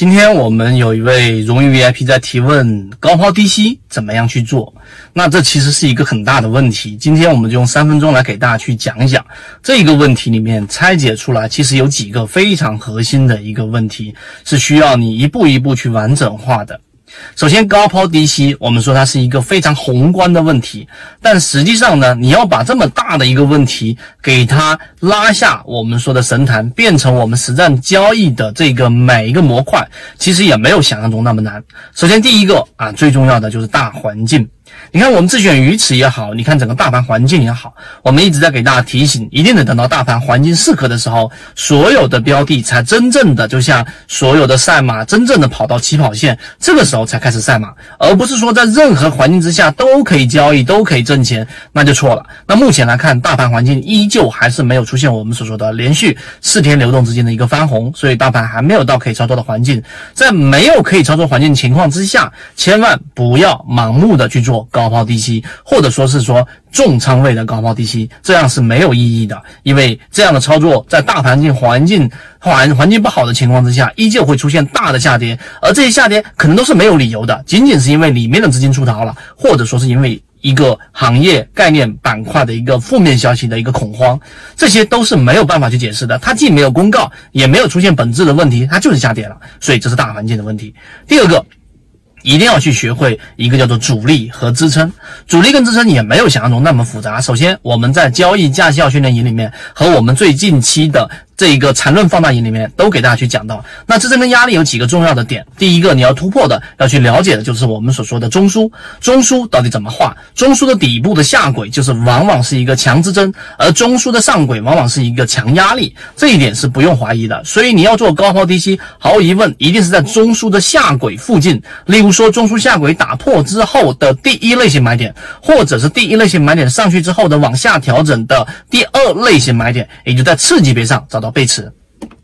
今天我们有一位荣誉 VIP 在提问高抛低吸怎么样去做，那这其实是一个很大的问题。今天我们就用3分钟来给大家去讲一讲这个问题里面拆解出来，其实有几个非常核心的一个问题，是需要你一步一步去完整化的。首先高抛低吸，我们说它是一个非常宏观的问题，但实际上呢，你要把这么大的一个问题给它拉下我们说的神坛，变成我们实战交易的这个每一个模块，其实也没有想象中那么难。首先第一个最重要的就是大环境。你看我们自选鱼池也好，你看整个大盘环境也好，我们一直在给大家提醒，一定得等到大盘环境适合的时候，所有的标的才真正的就像所有的赛马真正的跑到起跑线，这个时候才开始赛马，而不是说在任何环境之下都可以交易都可以挣钱，那就错了。那目前来看，大盘环境依旧还是没有出现我们所说的连续4天流动之间的一个翻红，所以大盘还没有到可以操作的环境。在没有可以操作环境情况之下，千万不要盲目的去做高抛低吸，或者说是说重仓位的高抛低吸，这样是没有意义的。因为这样的操作在大盘环境不好的情况之下，依旧会出现大的下跌，而这些下跌可能都是没有理由的，仅仅是因为里面的资金出逃了，或者说是因为一个行业概念板块的一个负面消息的一个恐慌，这些都是没有办法去解释的。它既没有公告，也没有出现本质的问题，它就是下跌了，所以这是大环境的问题。第二个，一定要去学会一个叫做阻力和支撑。阻力跟支撑也没有想象中那么复杂。首先我们在交易驾校训练营里面和我们最近期的这个缠论放大营里面都给大家去讲到，那支撑跟压力有几个重要的点。第一个，你要突破的要去了解的就是我们所说的中枢。中枢到底怎么画？中枢的底部的下轨就是往往是一个强支撑，而中枢的上轨往往是一个强压力，这一点是不用怀疑的。所以你要做高抛低吸，毫无疑问一定是在中枢的下轨附近，例如说中枢下轨打破之后的第一类型买点，或者是第一类型买点上去之后的往下调整的第2类型买点，也就在次级别上找到背驰，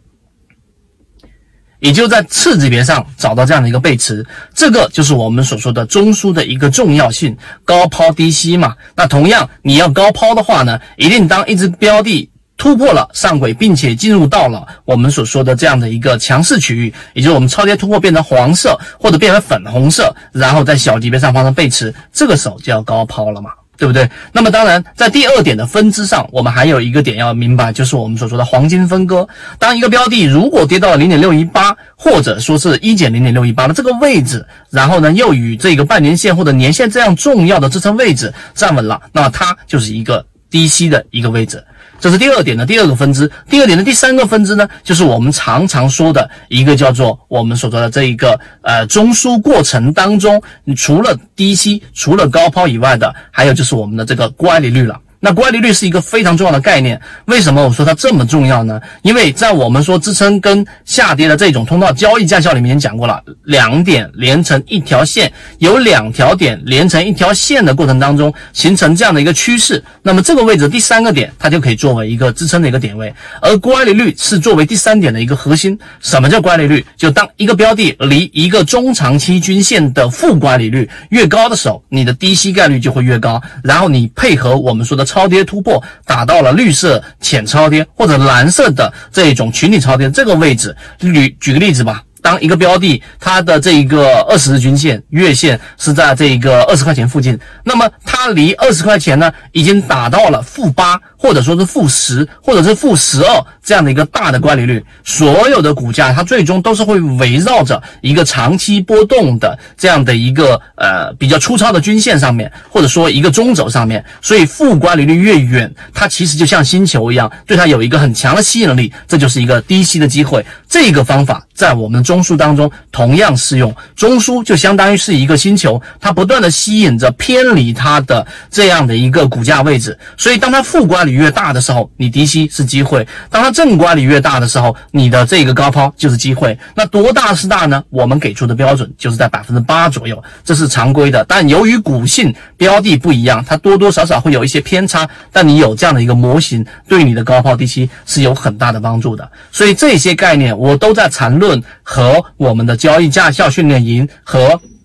也就在次级别上找到这样的一个背驰，这个就是我们所说的中枢的一个重要性。高抛低吸嘛，那同样你要高抛的话呢，一定当一只标的突破了上轨，并且进入到了我们所说的这样的一个强势区域，也就是我们超跌突破变成黄色或者变成粉红色，然后在小级别上发生背驰，这个时候就要高抛了嘛，对不对？那么当然在第2点的分支上，我们还有一个点要明白，就是我们所说的黄金分割。当一个标的如果跌到了 0.618 或者说是1-0.618的这个位置，然后呢又与这个半年线或者年线这样重要的支撑位置站稳了，那么它就是一个低吸的一个位置。这是第2点的第2个分支。第2点的第3个分支呢，就是我们常常说的一个叫做我们所说的这一个中枢过程当中，除了低吸除了高抛以外的，还有就是我们的这个乖离率了。那乖离率是一个非常重要的概念，为什么我说它这么重要呢？因为在我们说支撑跟下跌的这种通道交易驾校里面讲过了，2点连成一条线，由2条点连成一条线的过程当中形成这样的一个趋势，那么这个位置第3个点它就可以作为一个支撑的一个点位，而乖离率是作为第3点的一个核心。什么叫乖离率？就当一个标的离一个中长期均线的负乖离率越高的时候，你的低吸概率就会越高，然后你配合我们说的超跌突破打到了绿色浅超跌或者蓝色的这种群体超跌这个位置，举个例子吧，当一个标的它的这一个20日均线月线是在这个20块钱附近，那么它离20块钱呢已经打到了-8或者说是-10或者是-12这样的一个大的乖离率，所有的股价它最终都是会围绕着一个长期波动的这样的一个比较粗糙的均线上面，或者说一个中轴上面，所以负乖离率越远，它其实就像星球一样，对它有一个很强的吸引力，这就是一个低吸的机会。这个方法在我们中枢当中同样适用，中枢就相当于是一个星球，它不断的吸引着偏离它的这样的一个股价位置，所以当它负乖离越大的时候，你低吸是机会；当它正乖离越大的时候，你的这个高抛就是机会。那多大是大呢？我们给出的标准就是在 8% 左右，这是常规的。但由于股性标的不一样，它多多少少会有一些偏差，但你有这样的一个模型，对你的高抛低吸是有很大的帮助的。所以这些概念我都在缠论和我们的交易驾校训练营和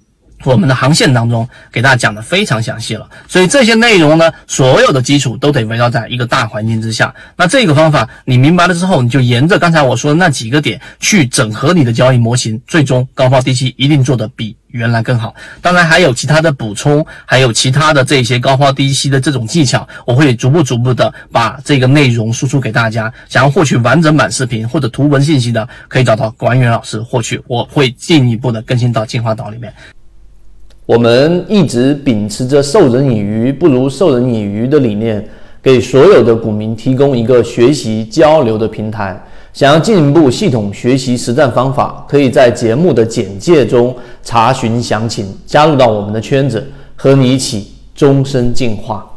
我们的航线当中给大家讲的非常详细了，所以这些内容呢，所有的基础都得围绕在一个大环境之下。那这个方法你明白了之后，你就沿着刚才我说的那几个点去整合你的交易模型，最终高抛低吸一定做得比原来更好。当然还有其他的补充，还有其他的这些高抛低吸的这种技巧，我会逐步的把这个内容输出给大家。想要获取完整版视频或者图文信息的，可以找到管理员老师获取，我会进一步的更新到进化岛里面。 我们一直秉持着授人以鱼不如授人以渔的理念，给所有的股民提供一个学习交流的平台。想要进一步系统学习实战方法，可以在节目的简介中查询详情，加入到我们的圈子，和你一起终身进化。